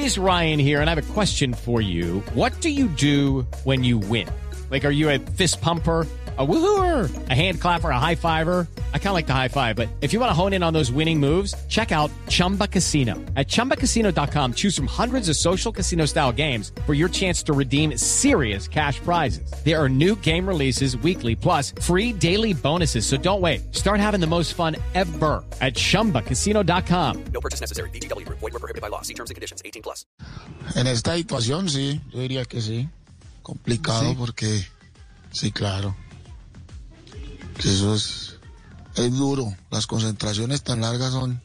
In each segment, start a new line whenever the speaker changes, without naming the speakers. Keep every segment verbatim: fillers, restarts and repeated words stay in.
is Ryan here, and I have a question for you. What do you do when you win? Like, are you a fist pumper, a woohooer, a hand clapper, a high fiver? I kind of like the high five, but if you want to hone in on those winning moves, check out Chumba Casino. At chumba casino dot com, choose from hundreds of social casino style games for your chance to redeem serious cash prizes. There are new game releases weekly, plus free daily bonuses. So don't wait. Start having the most fun ever at chumba casino dot com.
No purchase necessary. V G W Group. Void where prohibited by law. See terms and conditions. eighteen plus.
En esta situación sí, yo diría que sí. Complicado ¿Sí? Porque, sí, claro. Que eso es, es duro. Las concentraciones tan largas son,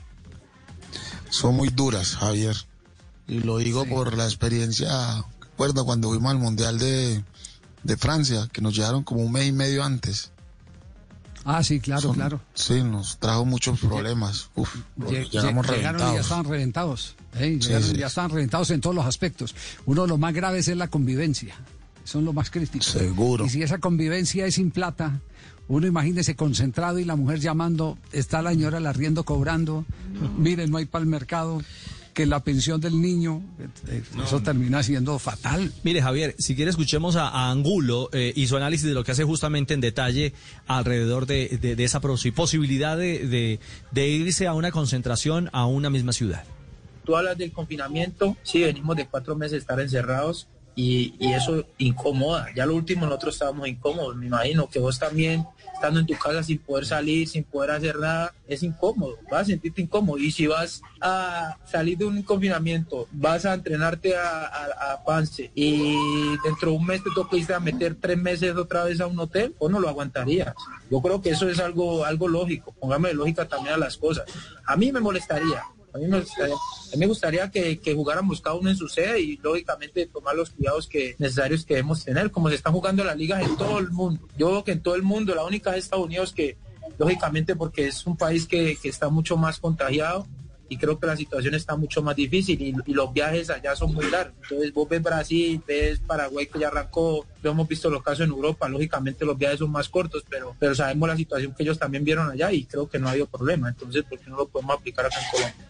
son muy duras, Javier. Y lo digo sí. por la experiencia. Recuerdo cuando fuimos al Mundial de, de Francia, que nos llegaron como un mes y medio antes.
Ah, sí, claro, son, claro.
Sí, nos trajo muchos problemas. Uf,
Lleg
llegamos
llegaron
reventados.
Y ya estaban reventados. ¿eh?
Sí,
llegaron,
sí.
Ya estaban reventados en todos los aspectos. Uno de los más graves es la convivencia. Son los más críticos.
Seguro.
Y si esa convivencia es sin plata, uno imagínese concentrado y la mujer llamando, está la señora el arriendo cobrando, no. Miren, no hay para el mercado, que la pensión del niño, no. Eso termina siendo fatal.
Mire, Javier, si quiere escuchemos a, a Angulo eh, y su análisis de lo que hace justamente en detalle alrededor de, de, de esa posibilidad de, de, de irse a una concentración a una misma ciudad.
Tú hablas del confinamiento, sí, venimos de cuatro meses de estar encerrados. Y, y eso incomoda. Ya lo último nosotros estábamos incómodos. Me imagino que vos también, estando en tu casa sin poder salir, sin poder hacer nada, es incómodo. Vas a sentirte incómodo. Y si vas a salir de un confinamiento, vas a entrenarte a, a, a Pance y dentro de un mes te toca irte a meter tres meses otra vez a un hotel, o no lo aguantarías. Yo creo que eso es algo, algo lógico. Póngame lógica también a las cosas. A mí me molestaría. A mí me gustaría, a mí me gustaría que, que jugáramos cada uno en su sede y lógicamente tomar los cuidados que necesarios que debemos tener, como se están jugando las ligas en todo el mundo. Yo creo que en todo el mundo, la única es Estados Unidos que, lógicamente, porque es un país que, que está mucho más contagiado y creo que la situación está mucho más difícil y, y los viajes allá son muy largos. Entonces vos ves Brasil, ves Paraguay que ya arrancó, lo hemos visto los casos en Europa, lógicamente los viajes son más cortos, pero, pero sabemos la situación que ellos también vieron allá y creo que no ha habido problema. Entonces, ¿por qué no lo podemos aplicar acá en Colombia?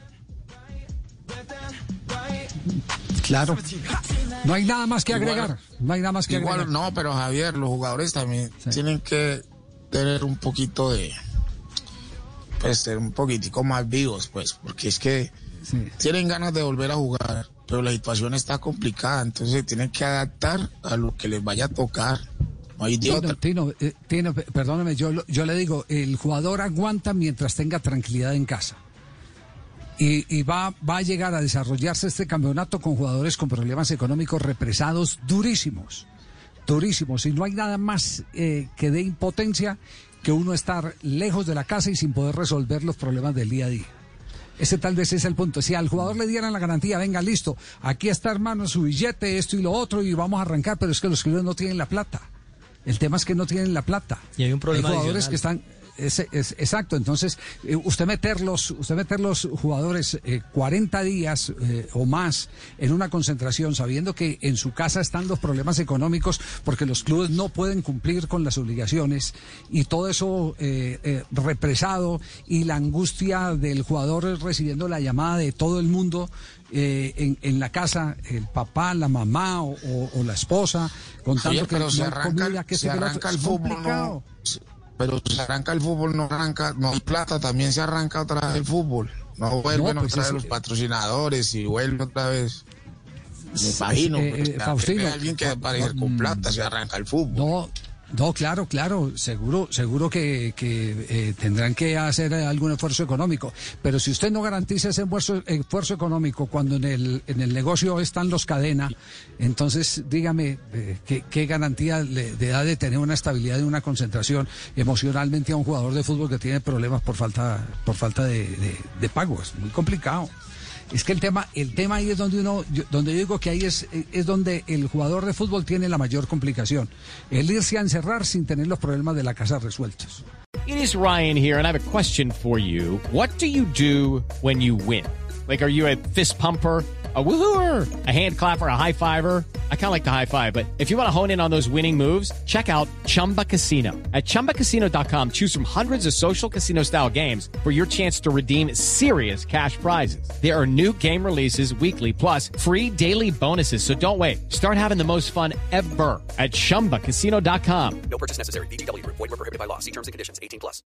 Claro, no hay nada más que agregar, igual, no hay nada más que
igual,
agregar.
No, pero Javier, los jugadores también sí. tienen que tener un poquito de, pues ser un poquitico más vivos, pues, porque es que sí. tienen ganas de volver a jugar, pero la situación está complicada, entonces tienen que adaptar a lo que les vaya a tocar. No hay
Tino, Tino, eh, Tino, perdóname, yo, yo le digo, el jugador aguanta mientras tenga tranquilidad en casa. Y, y va, va a llegar a desarrollarse este campeonato con jugadores con problemas económicos represados durísimos, durísimos. Y no hay nada más eh, que dé impotencia que uno estar lejos de la casa y sin poder resolver los problemas del día a día. Ese tal vez es el punto. Si al jugador le dieran la garantía, venga, listo, aquí está, hermano, su billete, esto y lo otro, y vamos a arrancar, pero es que los clubes no tienen la plata. El tema es que no tienen la plata.
Y hay un problema
hay jugadores
adicional.
que están... Es, es, exacto, entonces eh, usted meter los, usted meter los jugadores eh, cuarenta días eh, o más en una concentración sabiendo que en su casa están los problemas económicos porque los clubes no pueden cumplir con las obligaciones y todo eso eh, eh, represado y la angustia del jugador recibiendo la llamada de todo el mundo eh, en, en la casa, el papá, la mamá o, o, o la esposa contando
Javier, pero
que
se
no
arranca,
comida, que
se arranca el fútbol, no, pero se arranca el fútbol, no arranca, no hay plata, también se arranca otra vez el fútbol, no vuelven no, pues otra vez los patrocinadores y vuelve otra vez, me imagino,
eh, eh, Faustino,
hay alguien que va a aparecer con plata, se arranca el fútbol.
No, no, claro, claro, seguro, seguro que, que eh, tendrán que hacer algún esfuerzo económico, pero si usted no garantiza ese esfuerzo, esfuerzo económico cuando en el en el negocio están los cadena, entonces dígame eh, ¿qué, qué garantía le, le da de tener una estabilidad y una concentración emocionalmente a un jugador de fútbol que tiene problemas por falta por falta de, de, de pago. Es muy complicado. Es que el tema, el tema ahí es donde uno, yo, donde yo digo que ahí es, es donde el jugador de fútbol tiene la mayor complicación. El irse a encerrar sin tener los problemas de la casa resueltos.
It is Ryan here, and I have a question for you. What do you do when you win? Like, are you a fist pumper, A woohooer, a hand clapper, a high fiver. I kind of like the high five, but if you want to hone in on those winning moves, check out Chumba Casino. At chumba casino dot com, choose from hundreds of social casino style games for your chance to redeem serious cash prizes. There are new game releases weekly, plus free daily bonuses. So don't wait. Start having the most fun ever at chumba casino dot com.
No purchase necessary. V G W. Void where prohibited by law. See terms and conditions. eighteen plus.